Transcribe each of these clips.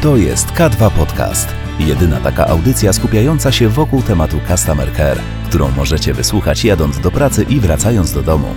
To jest K2 Podcast. Jedyna taka audycja skupiająca się wokół tematu Customer Care, którą możecie wysłuchać jadąc do pracy i wracając do domu.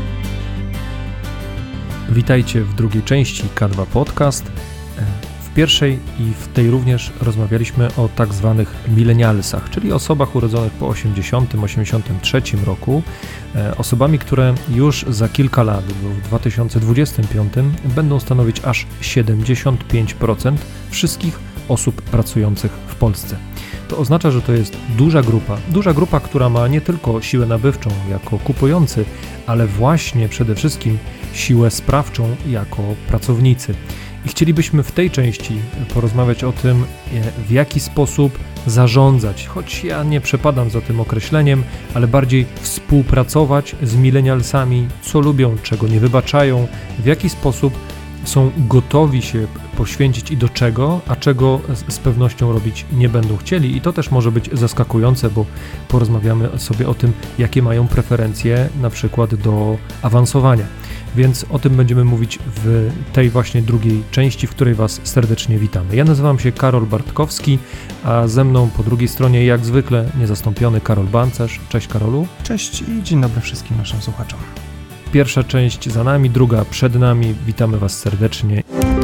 Witajcie w drugiej części K2 Podcast. W pierwszej i w tej również rozmawialiśmy o tak zwanych millennialsach, czyli osobach urodzonych po 80-83 roku, osobami, które już za kilka lat, w 2025, będą stanowić aż 75% wszystkich osób pracujących w Polsce. To oznacza, że to jest duża grupa, która ma nie tylko siłę nabywczą jako kupujący, ale właśnie przede wszystkim siłę sprawczą jako pracownicy. I chcielibyśmy w tej części porozmawiać o tym, w jaki sposób zarządzać, choć ja nie przepadam za tym określeniem, ale bardziej współpracować z millennialsami, co lubią, czego nie wybaczają, w jaki sposób są gotowi się poświęcić i do czego, a czego z pewnością robić nie będą chcieli. I to też może być zaskakujące, bo porozmawiamy sobie o tym, jakie mają preferencje na przykład do awansowania. Więc o tym będziemy mówić w tej właśnie drugiej części, w której Was serdecznie witamy. Ja nazywam się Karol Bartkowski, a ze mną po drugiej stronie jak zwykle niezastąpiony Karol Bancerz. Cześć Karolu. Cześć i dzień dobry wszystkim naszym słuchaczom. Pierwsza część za nami, druga przed nami. Witamy Was serdecznie.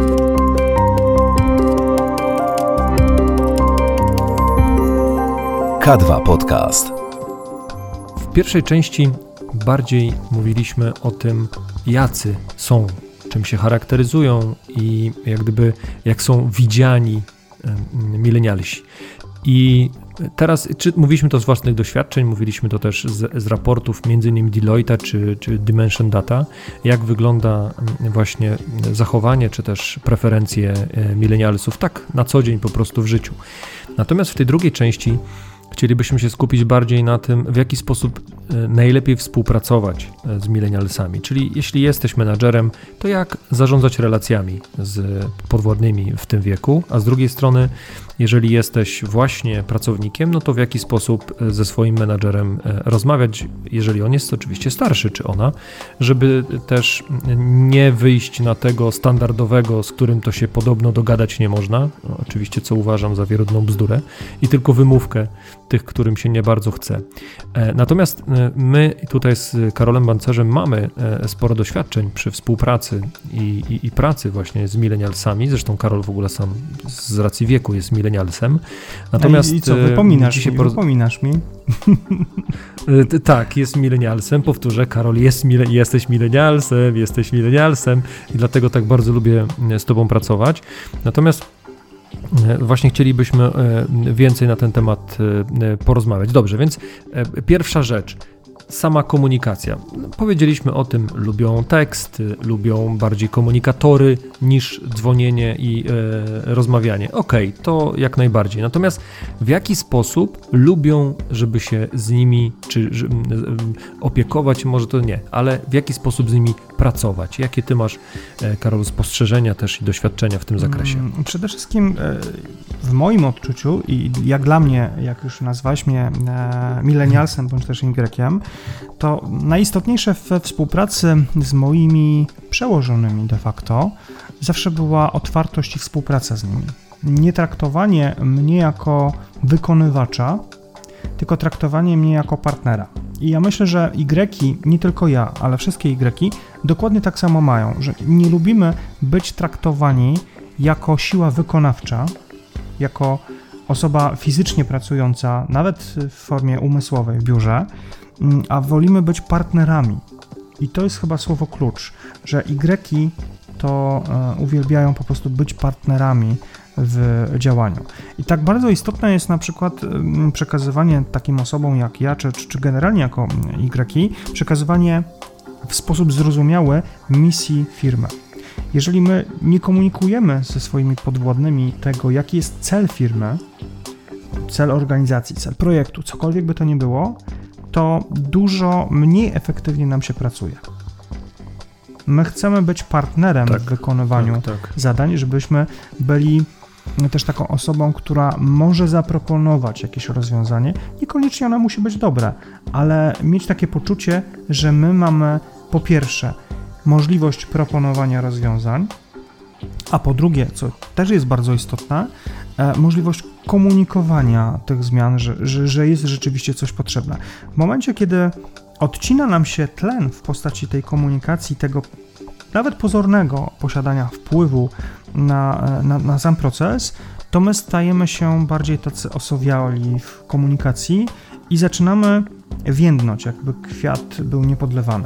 K2 Podcast. W pierwszej części bardziej mówiliśmy o tym, jacy są, czym się charakteryzują i jak są widziani milenialsi. I teraz, czy mówiliśmy to z własnych doświadczeń, mówiliśmy to też z raportów m.in. Deloitte'a czy Dimension Data, jak wygląda właśnie zachowanie czy też preferencje milenialsów tak na co dzień po prostu w życiu. Natomiast w tej drugiej części chcielibyśmy się skupić bardziej na tym, w jaki sposób najlepiej współpracować z millennialsami. Czyli jeśli jesteś menadżerem, to jak zarządzać relacjami z podwładnymi w tym wieku, a z drugiej strony, jeżeli jesteś właśnie pracownikiem, no to w jaki sposób ze swoim menadżerem rozmawiać, jeżeli on jest oczywiście starszy, czy ona, żeby też nie wyjść na tego standardowego, z którym to się podobno dogadać nie można, oczywiście co uważam za wierodną bzdurę, i tylko wymówkę tych, którym się nie bardzo chce. Natomiast my tutaj z Karolem Bancerzem mamy sporo doświadczeń przy współpracy i pracy właśnie z millennialsami. Zresztą Karol w ogóle sam z racji wieku jest millennialsem. Natomiast I co, wypominasz mi? Tak, jest millennialsem. Powtórzę, Karol, jesteś millennialsem i dlatego tak bardzo lubię z Tobą pracować. Natomiast właśnie chcielibyśmy więcej na ten temat porozmawiać. Dobrze, więc pierwsza rzecz, sama komunikacja. Powiedzieliśmy o tym, lubią tekst, lubią bardziej komunikatory niż dzwonienie i rozmawianie. Okej, to jak najbardziej. Natomiast w jaki sposób lubią, żeby się z nimi opiekować, może to nie, ale w jaki sposób z nimi pracować? Jakie Ty masz, Karol, spostrzeżenia też i doświadczenia w tym zakresie? Przede wszystkim w moim odczuciu i jak dla mnie, jak już nazwałeś mnie millennialsem bądź też Y, to najistotniejsze we współpracy z moimi przełożonymi de facto zawsze była otwartość i współpraca z nimi. Nie traktowanie mnie jako wykonywacza, tylko traktowanie mnie jako partnera. I ja myślę, że Y, nie tylko ja, ale wszystkie Y dokładnie tak samo mają, że nie lubimy być traktowani jako siła wykonawcza, jako osoba fizycznie pracująca, nawet w formie umysłowej w biurze, a wolimy być partnerami. I to jest chyba słowo klucz, że Y to uwielbiają po prostu być partnerami w działaniu. I tak bardzo istotne jest na przykład przekazywanie takim osobom jak ja, czy generalnie jako Y, przekazywanie w sposób zrozumiały misji firmy. Jeżeli my nie komunikujemy ze swoimi podwładnymi tego, jaki jest cel firmy, cel organizacji, cel projektu, cokolwiek by to nie było, to dużo mniej efektywnie nam się pracuje. My chcemy być partnerem w wykonywaniu zadań, żebyśmy byli też taką osobą, która może zaproponować jakieś rozwiązanie. Niekoniecznie ono musi być dobre, ale mieć takie poczucie, że my mamy po pierwsze możliwość proponowania rozwiązań, A po drugie, co też jest bardzo istotne, możliwość komunikowania tych zmian, że jest rzeczywiście coś potrzebne. W momencie, kiedy odcina nam się tlen w postaci tej komunikacji, tego nawet pozornego posiadania wpływu na sam proces, to my stajemy się bardziej tacy osowiali w komunikacji i zaczynamy więdnąć, jakby kwiat był niepodlewany.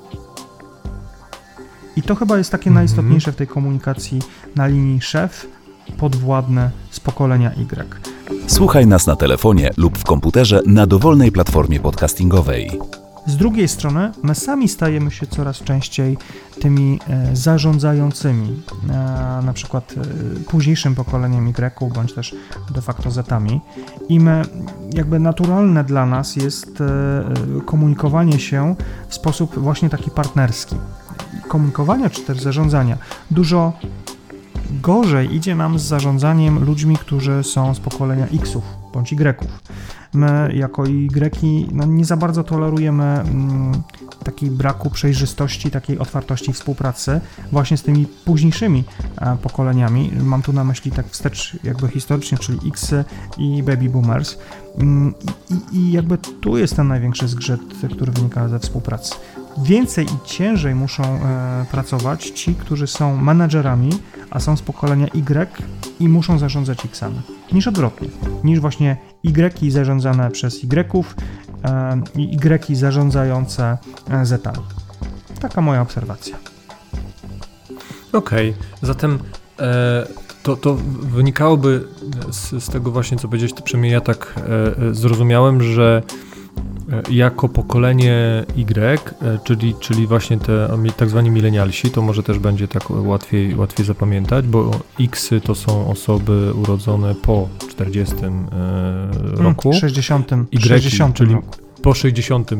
I to chyba jest takie najistotniejsze w tej komunikacji na linii szef, podwładny z pokolenia Y. Słuchaj nas na telefonie lub w komputerze na dowolnej platformie podcastingowej. Z drugiej strony, my sami stajemy się coraz częściej tymi zarządzającymi, na przykład późniejszym pokoleniem Y, bądź też de facto Zetami. I my, jakby naturalne dla nas jest komunikowanie się w sposób właśnie taki partnerski. Komunikowania czy też zarządzania. Dużo gorzej idzie nam z zarządzaniem ludźmi, którzy są z pokolenia X-ów bądź Y-ów. My jako Y nie za bardzo tolerujemy takiej braku przejrzystości, takiej otwartości współpracy właśnie z tymi późniejszymi pokoleniami. Mam tu na myśli tak wstecz jakby historycznie, czyli X i Baby Boomers. I jakby tu jest ten największy zgrzyt, który wynika ze współpracy. Więcej i ciężej muszą pracować ci, którzy są menadżerami, a są z pokolenia Y i muszą zarządzać X-ami, niż odwrotnie, niż właśnie Y zarządzane przez Y-ów i Y zarządzające Z-ami. Taka moja obserwacja. Okej, zatem to wynikałoby z tego właśnie, co powiedziałeś, to przynajmniej ja tak zrozumiałem, że jako pokolenie Y, czyli właśnie te tak zwani milenialsi, to może też będzie tak łatwiej zapamiętać, bo X to są osoby urodzone po 40 roku. 60. Czyli roku. Po 60,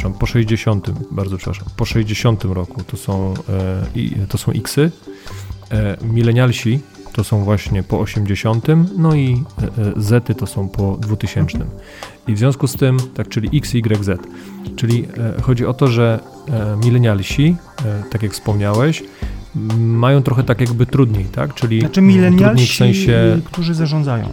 po 60 roku to są X-y, milenialsi to są właśnie po 80, no i Z-y to są po 2000. I w związku z tym, tak, czyli X, Y, Z, czyli chodzi o to, że milenialsi, tak jak wspomniałeś, mają trochę tak jakby trudniej, tak? Czyli znaczy milenialsi, w sensie... którzy zarządzają.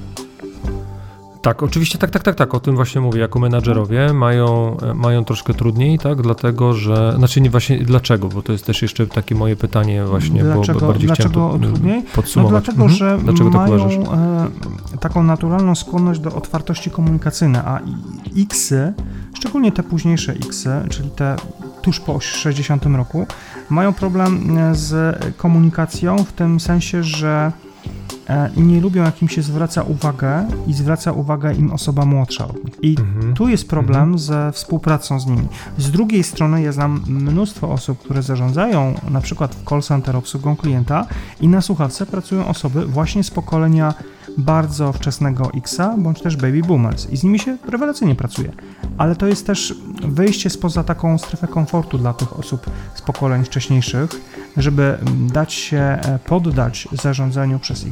Tak, oczywiście, tak, o tym właśnie mówię, jako menadżerowie mają troszkę trudniej, tak, dlatego, że, znaczy nie właśnie dlaczego, bo to jest też jeszcze takie moje pytanie właśnie, bo bardziej chciałem to trudniej? podsumować. No dlatego, że dlaczego tak mają uważasz? taką naturalną skłonność do otwartości komunikacyjnej, a X-y, szczególnie te późniejsze X-y, czyli te tuż po 60 roku, mają problem z komunikacją w tym sensie, że nie lubią, jak im się zwraca uwagę im osoba młodsza od nich. I tu jest problem ze współpracą z nimi. Z drugiej strony ja znam mnóstwo osób, które zarządzają na przykład w call center obsługą klienta i na słuchawce pracują osoby właśnie z pokolenia bardzo wczesnego X-a, bądź też Baby Boomers i z nimi się rewelacyjnie pracuje. Ale to jest też wyjście spoza taką strefę komfortu dla tych osób z pokoleń wcześniejszych, żeby dać się poddać zarządzaniu przez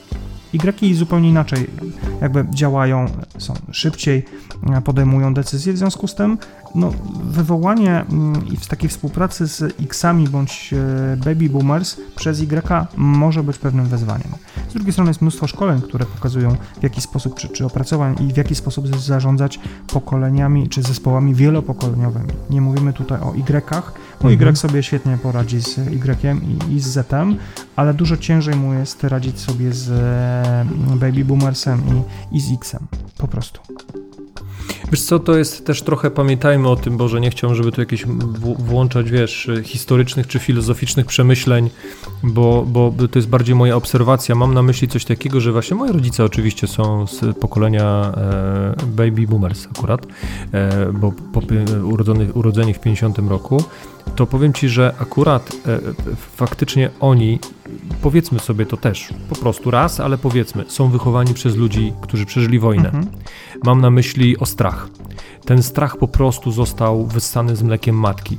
Y zupełnie inaczej jakby działają, są szybciej, podejmują decyzje, w związku z tym wywołanie w takiej współpracy z X-ami bądź Baby Boomers przez Y może być pewnym wyzwaniem. Z drugiej strony jest mnóstwo szkoleń, które pokazują w jaki sposób, czy opracowań i w jaki sposób zarządzać pokoleniami czy zespołami wielopokoleniowymi. Nie mówimy tutaj o Y-ach, bo Y sobie świetnie poradzi z Y i z Z-em, ale dużo ciężej mu jest radzić sobie z Baby Boomersem i z X-em. Po prostu. Wiesz co, to jest też trochę, pamiętajmy o tym, Boże, nie chciałbym, żeby tu jakieś włączać, historycznych czy filozoficznych przemyśleń, bo to jest bardziej moja obserwacja. Mam na myśli coś takiego, że właśnie moi rodzice oczywiście są z pokolenia Baby Boomers akurat, bo urodzeni w 50 roku, to powiem Ci, że akurat faktycznie oni, powiedzmy sobie to też, po prostu raz, ale powiedzmy, są wychowani przez ludzi, którzy przeżyli wojnę. Mam na myśli o strach. Ten strach po prostu został wyssany z mlekiem matki.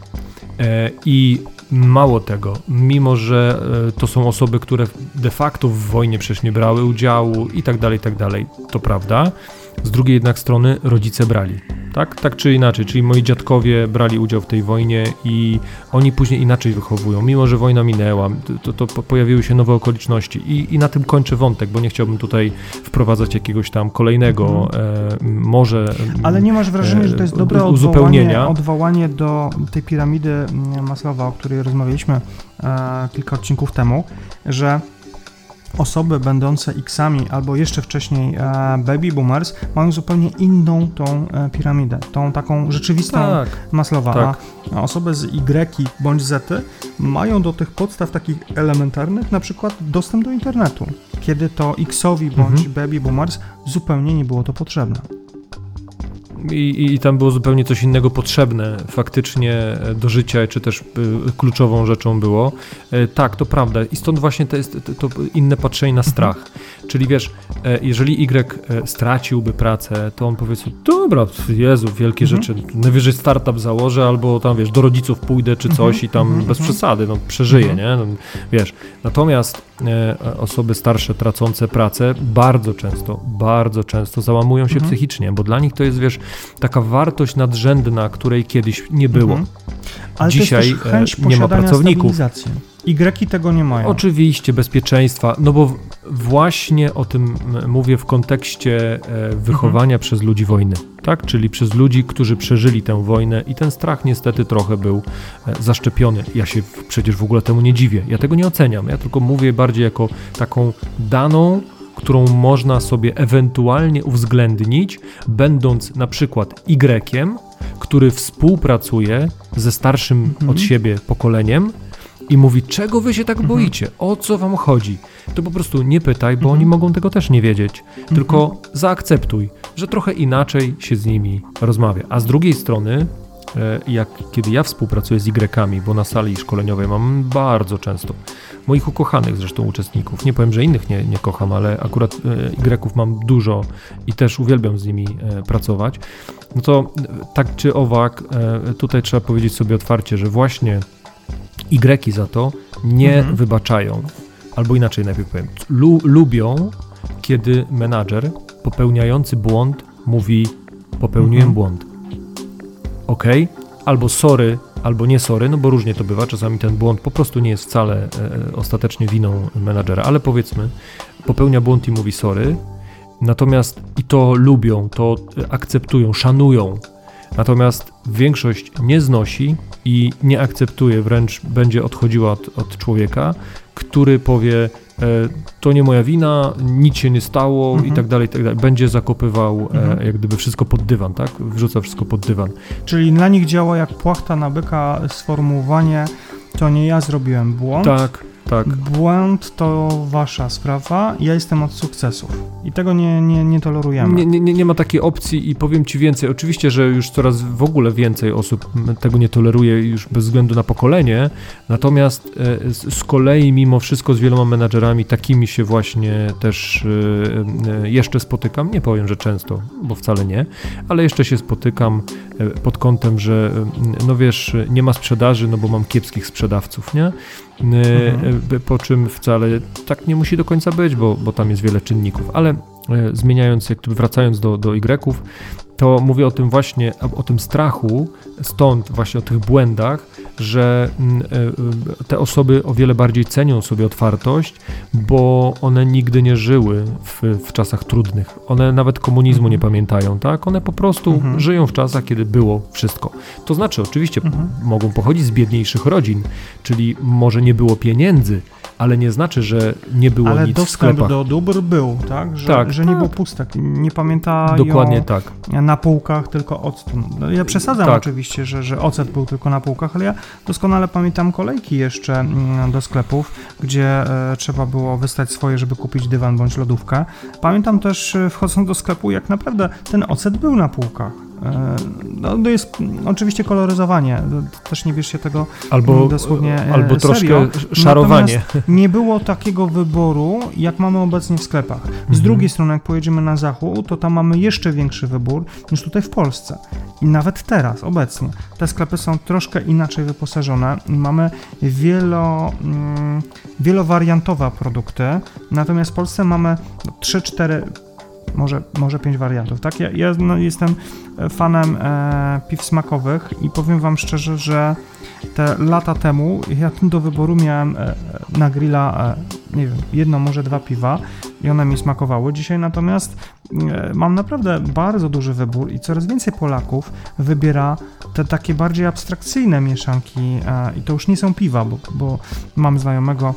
I mało tego, mimo że to są osoby, które de facto w wojnie przecież nie brały udziału i tak dalej, to prawda. Z drugiej jednak strony rodzice brali. tak czy inaczej, czyli moi dziadkowie brali udział w tej wojnie i oni później inaczej wychowują, mimo że wojna minęła, to pojawiły się nowe okoliczności i na tym kończę wątek, bo nie chciałbym tutaj wprowadzać jakiegoś tam kolejnego może ale nie masz wrażenia, że to jest dobre odwołanie do tej piramidy Maslowa, o której rozmawialiśmy kilka odcinków temu, że osoby będące X-ami albo jeszcze wcześniej baby boomers mają zupełnie inną tą piramidę, tą taką rzeczywistą Maslowa, tak. A osoby z Y bądź Z mają do tych podstaw takich elementarnych na przykład dostęp do internetu, kiedy to X-owi bądź baby boomers zupełnie nie było to potrzebne. I tam było zupełnie coś innego potrzebne faktycznie do życia, czy też kluczową rzeczą było. Tak, to prawda. I stąd właśnie to jest to inne patrzenie na strach. Czyli wiesz, jeżeli Y straciłby pracę, to on powie sobie, dobra, Jezu, wielkie rzeczy, najwyżej startup założę, albo tam, wiesz, do rodziców pójdę, czy coś i tam bez przesady, no przeżyję, nie? No, wiesz, natomiast osoby starsze tracące pracę bardzo często załamują się psychicznie, bo dla nich to jest, wiesz, taka wartość nadrzędna, której kiedyś nie było. Ale dzisiaj to jest też chęć nie ma pracowników. Y tego nie mają. Oczywiście, bezpieczeństwa, no bo właśnie o tym mówię w kontekście wychowania przez ludzi wojny, tak? Czyli przez ludzi, którzy przeżyli tę wojnę i ten strach niestety trochę był zaszczepiony. Ja się przecież w ogóle temu nie dziwię, ja tego nie oceniam, ja tylko mówię bardziej jako taką daną, którą można sobie ewentualnie uwzględnić, będąc na przykład Y-iem, który współpracuje ze starszym od siebie pokoleniem i mówi, czego wy się tak boicie, o co wam chodzi. To po prostu nie pytaj, bo oni mogą tego też nie wiedzieć, tylko zaakceptuj, że trochę inaczej się z nimi rozmawia. A z drugiej strony, kiedy ja współpracuję z Y-kami, bo na sali szkoleniowej mam bardzo często moich ukochanych zresztą uczestników, nie powiem, że innych nie kocham, ale akurat Y-ków mam dużo i też uwielbiam z nimi pracować, no to tak czy owak, tutaj trzeba powiedzieć sobie otwarcie, że właśnie Y za to nie wybaczają, albo inaczej najpierw powiem, lubią, kiedy menadżer popełniający błąd mówi, popełniłem błąd. Okej? Albo sorry, albo nie sorry, no bo różnie to bywa, czasami ten błąd po prostu nie jest wcale ostatecznie winą menadżera, ale powiedzmy, popełnia błąd i mówi sorry, natomiast i to lubią, to akceptują, szanują, natomiast większość nie znosi i nie akceptuje, wręcz będzie odchodziła od człowieka, który powie, to nie moja wina, nic się nie stało i tak dalej, będzie zakopywał jak gdyby wszystko pod dywan, tak? Wrzuca wszystko pod dywan. Czyli dla nich działa jak płachta na byka sformułowanie, to nie ja zrobiłem błąd. Tak. Błąd to wasza sprawa, ja jestem od sukcesów i tego nie tolerujemy. Nie ma takiej opcji i powiem ci więcej. Oczywiście, że już coraz w ogóle więcej osób tego nie toleruje już bez względu na pokolenie, natomiast z kolei mimo wszystko z wieloma menadżerami takimi się właśnie też jeszcze spotykam. Nie powiem, że często, bo wcale nie, ale jeszcze się spotykam pod kątem, że no wiesz, nie ma sprzedaży, no bo mam kiepskich sprzedawców, nie? Po czym wcale tak nie musi do końca być, bo tam jest wiele czynników, ale zmieniając, jak wracając do Y-ków, to mówię o tym właśnie, o tym strachu, stąd właśnie o tych błędach, że te osoby o wiele bardziej cenią sobie otwartość, bo one nigdy nie żyły w czasach trudnych. One nawet komunizmu nie pamiętają, tak? One po prostu żyją w czasach, kiedy było wszystko. To znaczy, oczywiście mogą pochodzić z biedniejszych rodzin, czyli może nie było pieniędzy, ale nie znaczy, że nie było nic w sklepach. Ale dostęp do dóbr był, tak? Że nie było pustek. Nie pamiętają dokładnie tak. Na półkach tylko octu. No, ja przesadzam oczywiście, że ocet był tylko na półkach, ale ja doskonale pamiętam kolejki jeszcze do sklepów, gdzie trzeba było wystać swoje, żeby kupić dywan bądź lodówkę. Pamiętam też, wchodząc do sklepu, jak naprawdę ten ocet był na półkach. No, to jest oczywiście koloryzowanie, też nie bierz się tego dosłownie albo serio. Troszkę szarowanie. Natomiast nie było takiego wyboru, jak mamy obecnie w sklepach. Z drugiej strony, jak pojedziemy na zachód, to tam mamy jeszcze większy wybór niż tutaj w Polsce. I nawet teraz, obecnie, te sklepy są troszkę inaczej wyposażone. Mamy wielowariantowe produkty, natomiast w Polsce mamy 3-4 może 5 wariantów, tak? Ja jestem fanem piw smakowych i powiem wam szczerze, że te lata temu ja do wyboru miałem na grilla, nie wiem, 1, może 2 piwa i one mi smakowały. Dzisiaj natomiast mam naprawdę bardzo duży wybór i coraz więcej Polaków wybiera te takie bardziej abstrakcyjne mieszanki i to już nie są piwa, bo mam znajomego,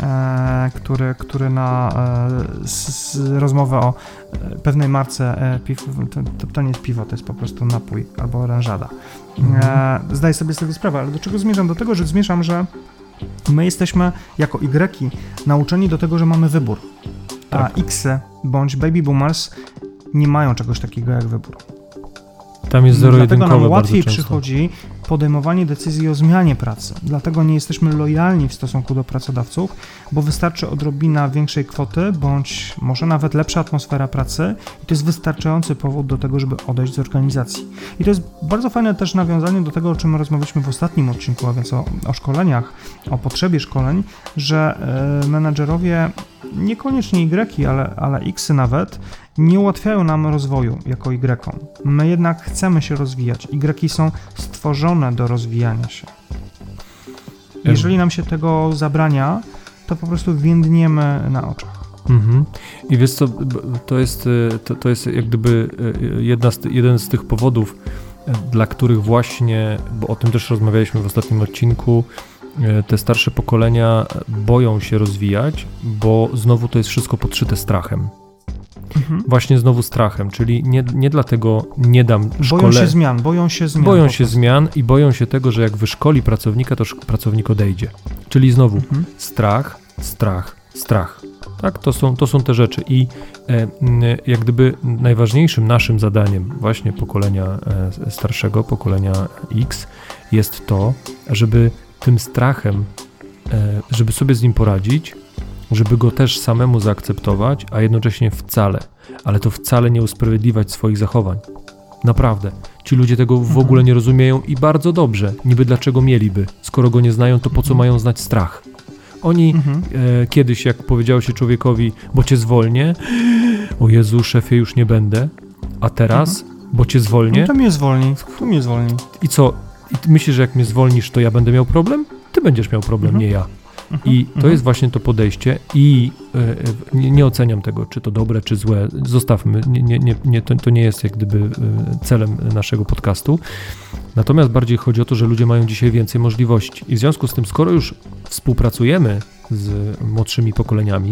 który na rozmowę o pewnej marce piw, to nie jest piwo, to jest po prostu napój albo oranżada. Zdaję sobie z tego sprawę, ale do czego zmierzam? Do tego, że zmierzam, że my jesteśmy jako Y nauczeni do tego, że mamy wybór, a X bądź baby boomers nie mają czegoś takiego jak wybór. Tam jest zero-jedynkowe. Dlatego nam łatwiej przychodzi podejmowanie decyzji o zmianie pracy. Dlatego nie jesteśmy lojalni w stosunku do pracodawców, bo wystarczy odrobina większej kwoty, bądź może nawet lepsza atmosfera pracy i to jest wystarczający powód do tego, żeby odejść z organizacji. I to jest bardzo fajne też nawiązanie do tego, o czym rozmawialiśmy w ostatnim odcinku, a więc o szkoleniach, o potrzebie szkoleń, że menadżerowie, niekoniecznie Y, ale X-y nawet, nie ułatwiają nam rozwoju jako Y. My jednak chcemy się rozwijać. Y są stworzone do rozwijania się. Jeżeli nam się tego zabrania, to po prostu więdniemy na oczach. I wiesz co, to jest jak gdyby jeden z tych powodów, dla których właśnie, bo o tym też rozmawialiśmy w ostatnim odcinku, te starsze pokolenia boją się rozwijać, bo znowu to jest wszystko podszyte strachem. Właśnie znowu strachem, czyli nie dlatego nie dam szkole... Boją się zmian i boją się tego, że jak wyszkoli pracownika, to pracownik odejdzie. Czyli znowu strach. Tak, to są te rzeczy i jak gdyby najważniejszym naszym zadaniem właśnie pokolenia starszego, pokolenia X jest to, żeby tym strachem, żeby sobie z nim poradzić, żeby go też samemu zaakceptować, a jednocześnie wcale nie usprawiedliwiać swoich zachowań. Naprawdę. Ci ludzie tego w ogóle nie rozumieją i bardzo dobrze. Niby dlaczego mieliby? Skoro go nie znają, to po co mają znać strach? Oni kiedyś, jak powiedziało się człowiekowi, bo cię zwolnię, o Jezu, szefie, już nie będę, a teraz, bo cię zwolnię. No to mnie zwolni. I co? I ty myślisz, że jak mnie zwolnisz, to ja będę miał problem? Ty będziesz miał problem, nie ja. I to jest właśnie to podejście i nie oceniam tego, czy to dobre, czy złe. Zostawmy, to nie jest jak gdyby celem naszego podcastu. Natomiast bardziej chodzi o to, że ludzie mają dzisiaj więcej możliwości. I w związku z tym, skoro już współpracujemy z młodszymi pokoleniami,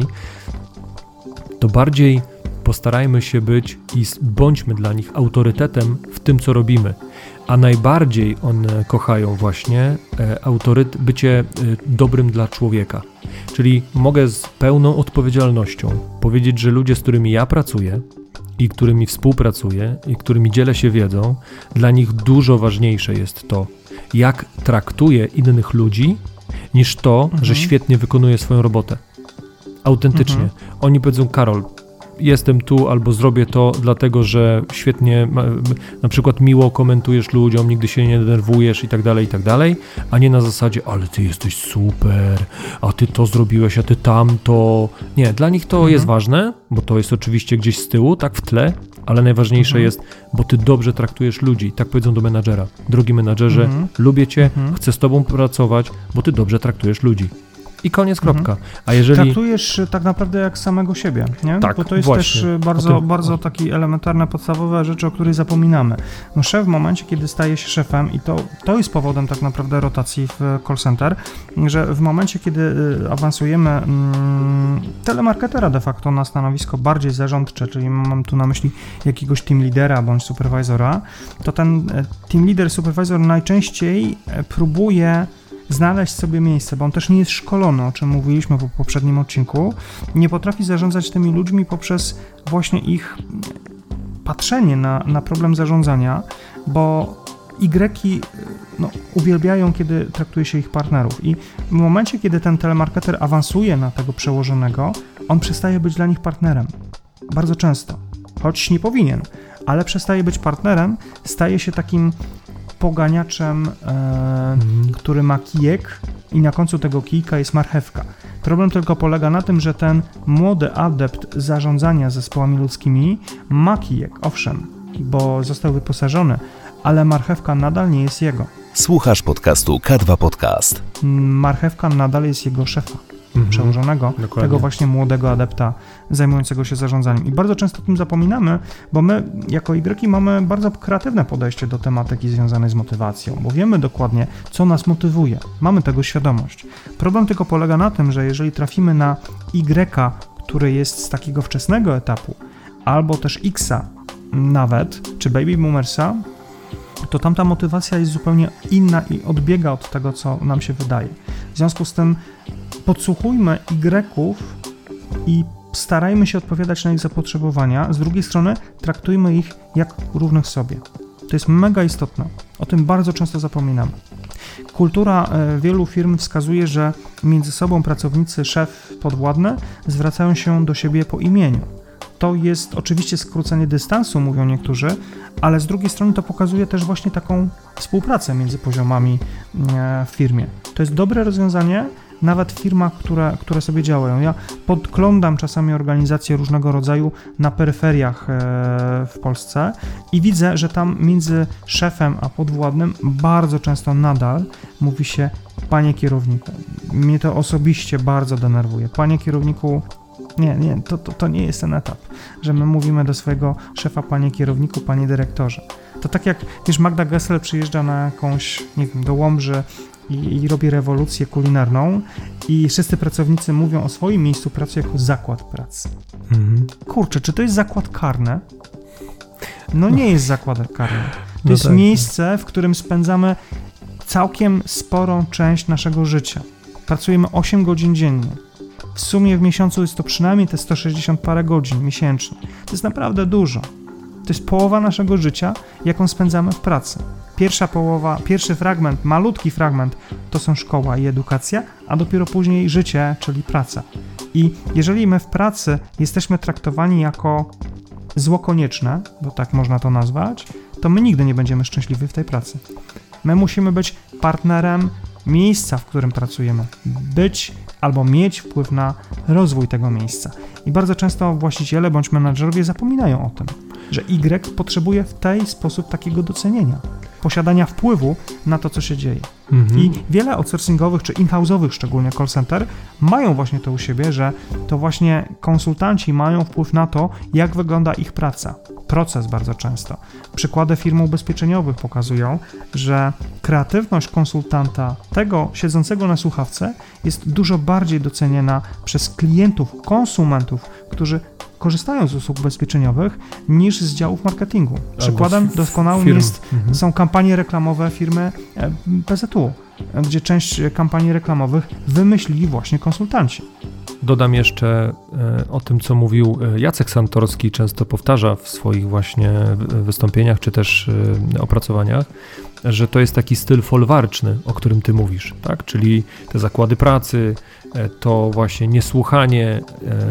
to bardziej postarajmy się być i bądźmy dla nich autorytetem w tym, co robimy. A najbardziej one kochają właśnie bycie dobrym dla człowieka. Czyli mogę z pełną odpowiedzialnością powiedzieć, że ludzie, z którymi ja pracuję i którymi współpracuję i którymi dzielę się wiedzą, dla nich dużo ważniejsze jest to, jak traktuję innych ludzi, niż to, że świetnie wykonuję swoją robotę. Autentycznie. Oni powiedzą, Karol, jestem tu albo zrobię to dlatego, że świetnie, na przykład miło komentujesz ludziom, nigdy się nie denerwujesz i tak dalej, a nie na zasadzie, ale ty jesteś super, a ty to zrobiłeś, a ty tamto. Nie, dla nich to jest ważne, bo to jest oczywiście gdzieś z tyłu, tak w tle, ale najważniejsze jest, bo ty dobrze traktujesz ludzi. Tak powiedzą do menadżera. Drogi menadżerze, lubię cię, chcę z tobą pracować, bo ty dobrze traktujesz ludzi. I koniec, kropka. A jeżeli... Traktujesz tak naprawdę jak samego siebie, nie? Tak, bo to jest właśnie. też bardzo takie elementarne, podstawowe rzeczy, o których zapominamy. No szef w momencie, kiedy staje się szefem i to jest powodem tak naprawdę rotacji w call center, że w momencie, kiedy awansujemy telemarketera de facto na stanowisko bardziej zarządcze, czyli mam tu na myśli jakiegoś team lidera bądź supervisora, to ten team leader, supervisor najczęściej próbuje znaleźć sobie miejsce, bo on też nie jest szkolony, o czym mówiliśmy w poprzednim odcinku, nie potrafi zarządzać tymi ludźmi poprzez właśnie ich patrzenie na problem zarządzania, bo Y uwielbiają, kiedy traktuje się ich partnerów i w momencie, kiedy ten telemarketer awansuje na tego przełożonego, on przestaje być dla nich partnerem. Bardzo często. Choć nie powinien, ale przestaje być partnerem, staje się takim poganiaczem, który ma kijek i na końcu tego kijka jest marchewka. Problem tylko polega na tym, że ten młody adept zarządzania zespołami ludzkimi ma kijek, owszem, bo został wyposażony, ale marchewka nadal nie jest jego. Słuchasz podcastu K2 Podcast. Marchewka nadal jest jego szefa, przełożonego, Dokładnie. tego właśnie młodego adepta zajmującego się zarządzaniem. I bardzo często o tym zapominamy, bo my jako Y mamy bardzo kreatywne podejście do tematyki związanej z motywacją, bo wiemy dokładnie, co nas motywuje. Mamy tego świadomość. Problem tylko polega na tym, że jeżeli trafimy na Y, który jest z takiego wczesnego etapu, albo też X-a nawet, czy Baby Boomersa, to tamta motywacja jest zupełnie inna i odbiega od tego, co nam się wydaje. W związku z tym podsłuchujmy Y-ów i starajmy się odpowiadać na ich zapotrzebowania. Z drugiej strony traktujmy ich jak równych sobie. To jest mega istotne. O tym bardzo często zapominamy. Kultura wielu firm wskazuje, że między sobą pracownicy, szef, podwładny zwracają się do siebie po imieniu. To jest oczywiście skrócenie dystansu, mówią niektórzy, ale z drugiej strony to pokazuje też właśnie taką współpracę między poziomami w firmie. To jest dobre rozwiązanie, nawet w firmach, które sobie działają. Ja podglądam czasami organizacje różnego rodzaju na peryferiach w Polsce i widzę, że tam między szefem a podwładnym bardzo często nadal mówi się panie kierowniku. Mnie to osobiście bardzo denerwuje. Panie kierowniku, nie, to nie jest ten etap, że my mówimy do swojego szefa panie kierowniku, panie dyrektorze. To tak jak, wiesz, Magda Gessler przyjeżdża na jakąś, nie wiem, do Łomży i robi rewolucję kulinarną i wszyscy pracownicy mówią o swoim miejscu pracy jako zakład pracy. Kurczę, czy to jest zakład karny? No nie jest zakład karny. To jest miejsce, w którym spędzamy całkiem sporą część naszego życia. Pracujemy 8 godzin dziennie. W sumie w miesiącu jest to przynajmniej te 160 parę godzin miesięcznie. To jest naprawdę dużo. To jest połowa naszego życia, jaką spędzamy w pracy. Pierwsza połowa, pierwszy fragment, malutki fragment to są szkoła i edukacja, a dopiero później życie, czyli praca. I jeżeli my w pracy jesteśmy traktowani jako zło konieczne, bo tak można to nazwać, to my nigdy nie będziemy szczęśliwi w tej pracy. My musimy być partnerem miejsca, w którym pracujemy. Być albo mieć wpływ na rozwój tego miejsca. I bardzo często właściciele bądź menadżerowie zapominają o tym, że Y potrzebuje w ten sposób takiego docenienia, posiadania wpływu na to, co się dzieje. I wiele outsourcingowych czy in-house'owych, szczególnie call center, mają właśnie to u siebie, że to właśnie konsultanci mają wpływ na to, jak wygląda ich praca. Proces bardzo często. Przykłady firm ubezpieczeniowych pokazują, że kreatywność konsultanta, tego siedzącego na słuchawce, jest dużo bardziej doceniana przez klientów, konsumentów, którzy korzystają z usług ubezpieczeniowych niż z działów marketingu. Przykładem doskonałym są kampanie reklamowe firmy PZU, gdzie część kampanii reklamowych wymyślili właśnie konsultanci. Dodam jeszcze o tym, co mówił Jacek Santorski, często powtarza w swoich właśnie wystąpieniach czy też opracowaniach, że to jest taki styl folwarczny, o którym ty mówisz, tak? Czyli te zakłady pracy, to właśnie niesłuchanie,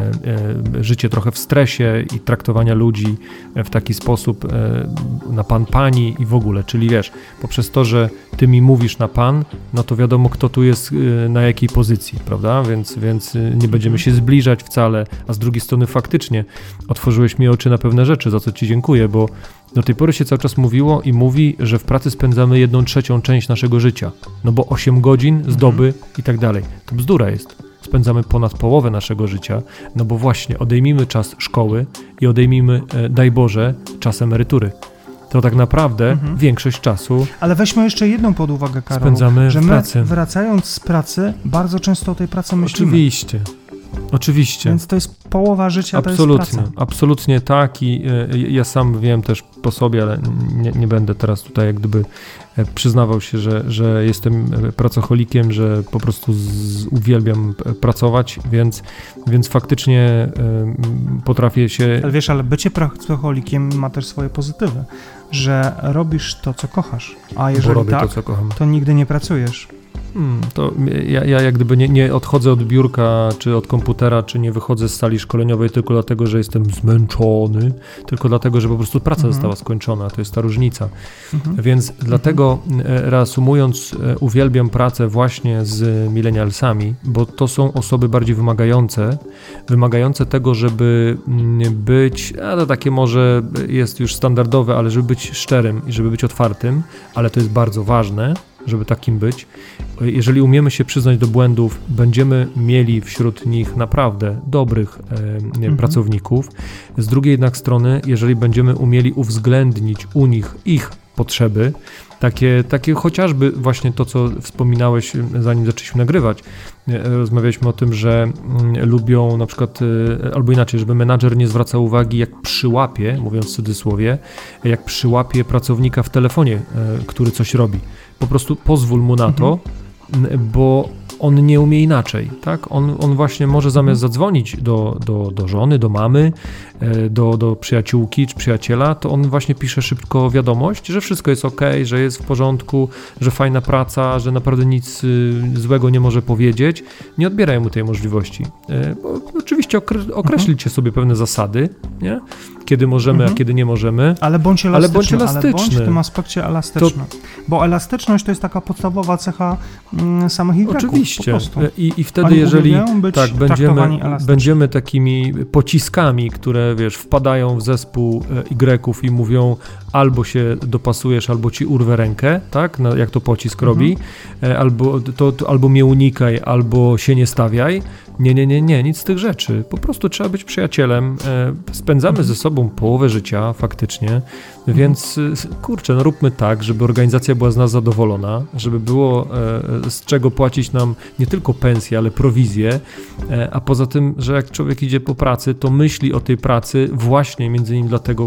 życie trochę w stresie i traktowania ludzi w taki sposób na pan, pani i w ogóle, czyli wiesz, poprzez to, że ty mi mówisz na pan, no to wiadomo, kto tu jest na jakiej pozycji, prawda? Więc nie będziemy się zbliżać wcale, a z drugiej strony faktycznie otworzyłeś mi oczy na pewne rzeczy, za co ci dziękuję, bo do tej pory się cały czas mówiło i mówi, że w pracy spędzamy 1/3 część naszego życia, no bo 8 godzin z doby i tak dalej. To bzdura jest. Spędzamy ponad połowę naszego życia, no bo właśnie odejmijmy czas szkoły i odejmijmy, daj Boże, czas emerytury. To tak naprawdę większość czasu. Ale weźmy jeszcze jedną pod uwagę, Karol, spędzamy że w my pracy. Wracając z pracy, bardzo często o tej pracy myślimy. Oczywiście. Więc to jest połowa życia, absolutnie, to jest praca. Absolutnie tak i ja sam wiem też po sobie, ale nie będę teraz tutaj jak gdyby przyznawał się, że jestem pracocholikiem, że po prostu uwielbiam pracować, więc faktycznie potrafię się... Ale wiesz, ale bycie pracocholikiem ma też swoje pozytywy, że robisz to, co kochasz, a jeżeli robię tak, to, co kocham. to nigdy nie pracujesz. To ja jak gdyby nie odchodzę od biurka, czy od komputera, czy nie wychodzę z sali szkoleniowej tylko dlatego, że jestem zmęczony, tylko dlatego, że po prostu praca została skończona. To jest ta różnica. Więc dlatego reasumując, uwielbiam pracę właśnie z millennialsami, bo to są osoby bardziej wymagające tego, żeby być, to takie może jest już standardowe, ale żeby być szczerym i żeby być otwartym, ale to jest bardzo ważne, żeby takim być. Jeżeli umiemy się przyznać do błędów, będziemy mieli wśród nich naprawdę dobrych pracowników. Z drugiej jednak strony, jeżeli będziemy umieli uwzględnić u nich ich potrzeby, takie chociażby właśnie to, co wspominałeś, zanim zaczęliśmy nagrywać. Rozmawialiśmy o tym, że lubią na przykład, albo inaczej, żeby menadżer nie zwracał uwagi, jak przyłapie, mówiąc w cudzysłowie, jak przyłapie pracownika w telefonie, który coś robi. Po prostu pozwól mu na to, bo on nie umie inaczej, tak? On właśnie może zamiast zadzwonić do żony, do mamy, do przyjaciółki czy przyjaciela, to on właśnie pisze szybko wiadomość, że wszystko jest okej, że jest w porządku, że fajna praca, że naprawdę nic złego nie może powiedzieć. Nie odbieraj mu tej możliwości. Bo oczywiście określicie sobie pewne zasady, nie? Kiedy możemy, a kiedy nie możemy. Ale bądź elastyczny. Ale bądź w tym aspekcie elastyczny. Bo elastyczność to jest taka podstawowa cecha samych Y-ków. Oczywiście. I wtedy, jeżeli będziemy takimi pociskami, które wpadają w zespół Y-ków i mówią, albo się dopasujesz, albo ci urwę rękę, tak? Jak to pocisk robi, albo mnie unikaj, albo się nie stawiaj. Nie, nic z tych rzeczy. Po prostu trzeba być przyjacielem. Spędzamy ze sobą połowę życia faktycznie, więc róbmy tak, żeby organizacja była z nas zadowolona, żeby było z czego płacić nam nie tylko pensję, ale prowizję, a poza tym, że jak człowiek idzie po pracy, to myśli o tej pracy właśnie między innymi dlatego,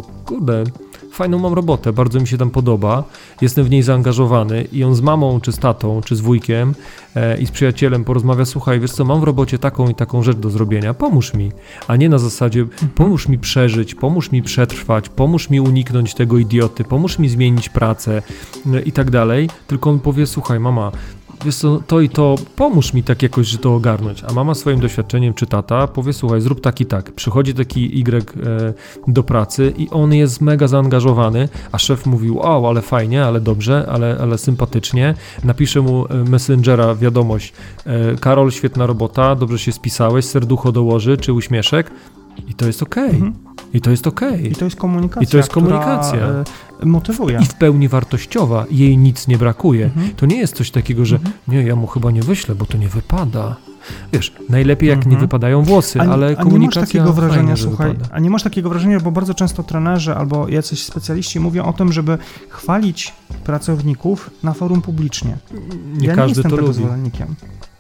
fajną mam robotę, bardzo mi się tam podoba, jestem w niej zaangażowany i on z mamą, czy z tatą, czy z wujkiem i z przyjacielem porozmawia, słuchaj, wiesz co, mam w robocie taką i taką rzecz do zrobienia, pomóż mi, a nie na zasadzie pomóż mi przeżyć, pomóż mi przetrwać, pomóż mi uniknąć tego idioty, pomóż mi zmienić pracę i tak dalej, tylko on powie, słuchaj mama, wiesz co, to i to, pomóż mi tak jakoś, że to ogarnąć. A mama swoim doświadczeniem, czy tata, powie, słuchaj, zrób tak i tak. Przychodzi taki Y do pracy i on jest mega zaangażowany, a szef mówił, ale fajnie, ale dobrze, ale sympatycznie. Napisze mu Messengera wiadomość, Karol, świetna robota, dobrze się spisałeś, serducho dołoży, czy uśmieszek. I to jest okej. I to jest okej. I to jest komunikacja. Która motywuje. I w pełni wartościowa. Jej nic nie brakuje. To nie jest coś takiego, że nie, ja mu chyba nie wyślę, bo to nie wypada. Wiesz, najlepiej jak nie wypadają włosy, ale komunikacja nie masz takiego wrażenia, słuchaj, a nie masz takiego wrażenia, bo bardzo często trenerzy albo jacyś specjaliści mówią o tym, żeby chwalić pracowników na forum publicznie. Nie każdy to lubi. Zwolennikiem.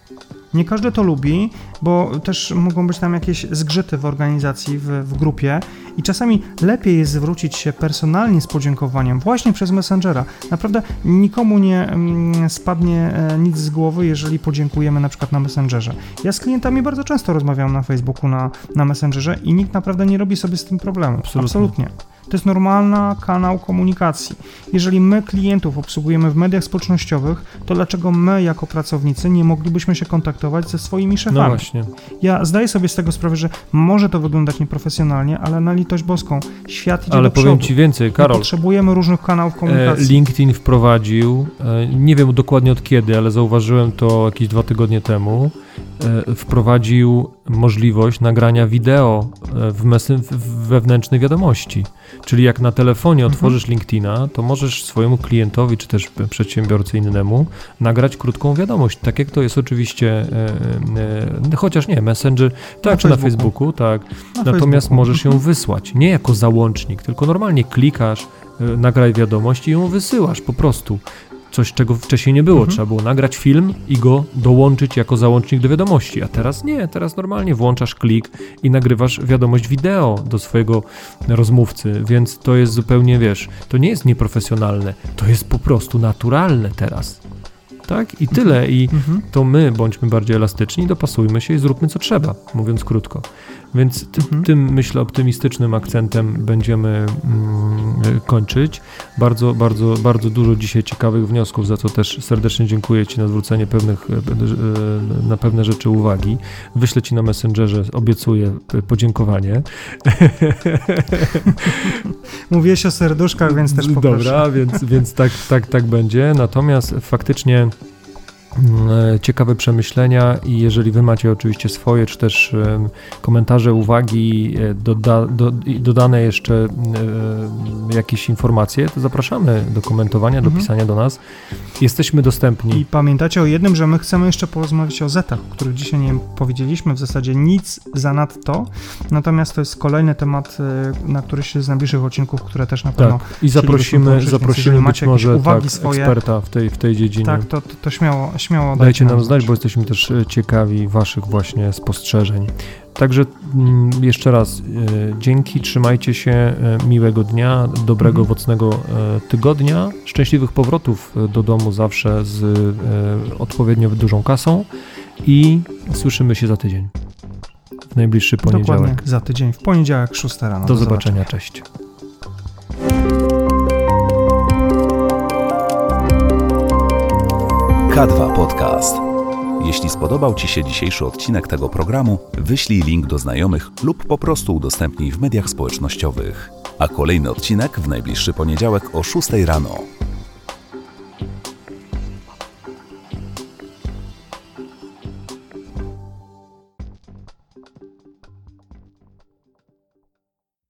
Nie każdy to lubi, bo też mogą być tam jakieś zgrzyty w organizacji, w grupie i czasami lepiej jest zwrócić się personalnie z podziękowaniem właśnie przez Messengera. Naprawdę nikomu nie spadnie nic z głowy, jeżeli podziękujemy na przykład na Messengerze. Ja z klientami bardzo często rozmawiam na Facebooku, na Messengerze i nikt naprawdę nie robi sobie z tym problemu. Absolutnie. To jest normalny kanał komunikacji. Jeżeli my klientów obsługujemy w mediach społecznościowych, to dlaczego my jako pracownicy nie moglibyśmy się kontaktować ze swoimi szefami? No właśnie. Ja zdaję sobie z tego sprawę, że może to wyglądać nieprofesjonalnie, ale na litość boską, świat idzie ale do przodu. powiem Ci więcej, Karol. Potrzebujemy różnych kanałów komunikacji. LinkedIn wprowadził, nie wiem dokładnie od kiedy, ale zauważyłem to jakieś 2 tygodnie temu, wprowadził możliwość nagrania wideo w wewnętrznej wiadomości. Czyli jak na telefonie otworzysz LinkedIna, to możesz swojemu klientowi, czy też przedsiębiorcy innemu nagrać krótką wiadomość, tak jak to jest oczywiście, chociaż nie, Messenger, tak, czy na Facebooku, tak. Natomiast możesz ją wysłać, nie jako załącznik, tylko normalnie klikasz, nagraj wiadomość i ją wysyłasz po prostu. Coś, czego wcześniej nie było. Trzeba było nagrać film i go dołączyć jako załącznik do wiadomości, a teraz nie. Teraz normalnie włączasz klik i nagrywasz wiadomość wideo do swojego rozmówcy, więc to jest zupełnie, to nie jest nieprofesjonalne, to jest po prostu naturalne teraz. Tak? I tyle. I to my bądźmy bardziej elastyczni, dopasujmy się i zróbmy co trzeba, mówiąc krótko. Więc tym, myślę, optymistycznym akcentem będziemy kończyć. Bardzo, bardzo, bardzo dużo dzisiaj ciekawych wniosków, za co też serdecznie dziękuję Ci na zwrócenie na pewne rzeczy uwagi. Wyślę Ci na Messengerze, obiecuję, podziękowanie. Mówiłeś o serduszkach, więc też poproszę. Dobra, więc tak będzie. Natomiast faktycznie ciekawe przemyślenia i jeżeli Wy macie oczywiście swoje, czy też komentarze, uwagi, dodane jeszcze jakieś informacje, to zapraszamy do komentowania, do pisania do nas. Jesteśmy dostępni. I pamiętacie o jednym, że my chcemy jeszcze porozmawiać o Zetach, o których dzisiaj nie powiedzieliśmy, w zasadzie nic zanadto, natomiast to jest kolejny temat na któryś z najbliższych odcinków, które też na pewno i zaprosimy być może swoje, eksperta w tej dziedzinie. Tak, to śmiało dajcie nam znać, bo jesteśmy też ciekawi Waszych właśnie spostrzeżeń. Także jeszcze raz dzięki, trzymajcie się, miłego dnia, dobrego, owocnego tygodnia, szczęśliwych powrotów do domu zawsze z odpowiednio dużą kasą i słyszymy się za tydzień, w najbliższy poniedziałek. Dokładnie, za tydzień, w poniedziałek 6 rano. Do zobaczenia, cześć. K2 Podcast. Jeśli spodobał Ci się dzisiejszy odcinek tego programu, wyślij link do znajomych lub po prostu udostępnij w mediach społecznościowych. A kolejny odcinek w najbliższy poniedziałek o 6 rano.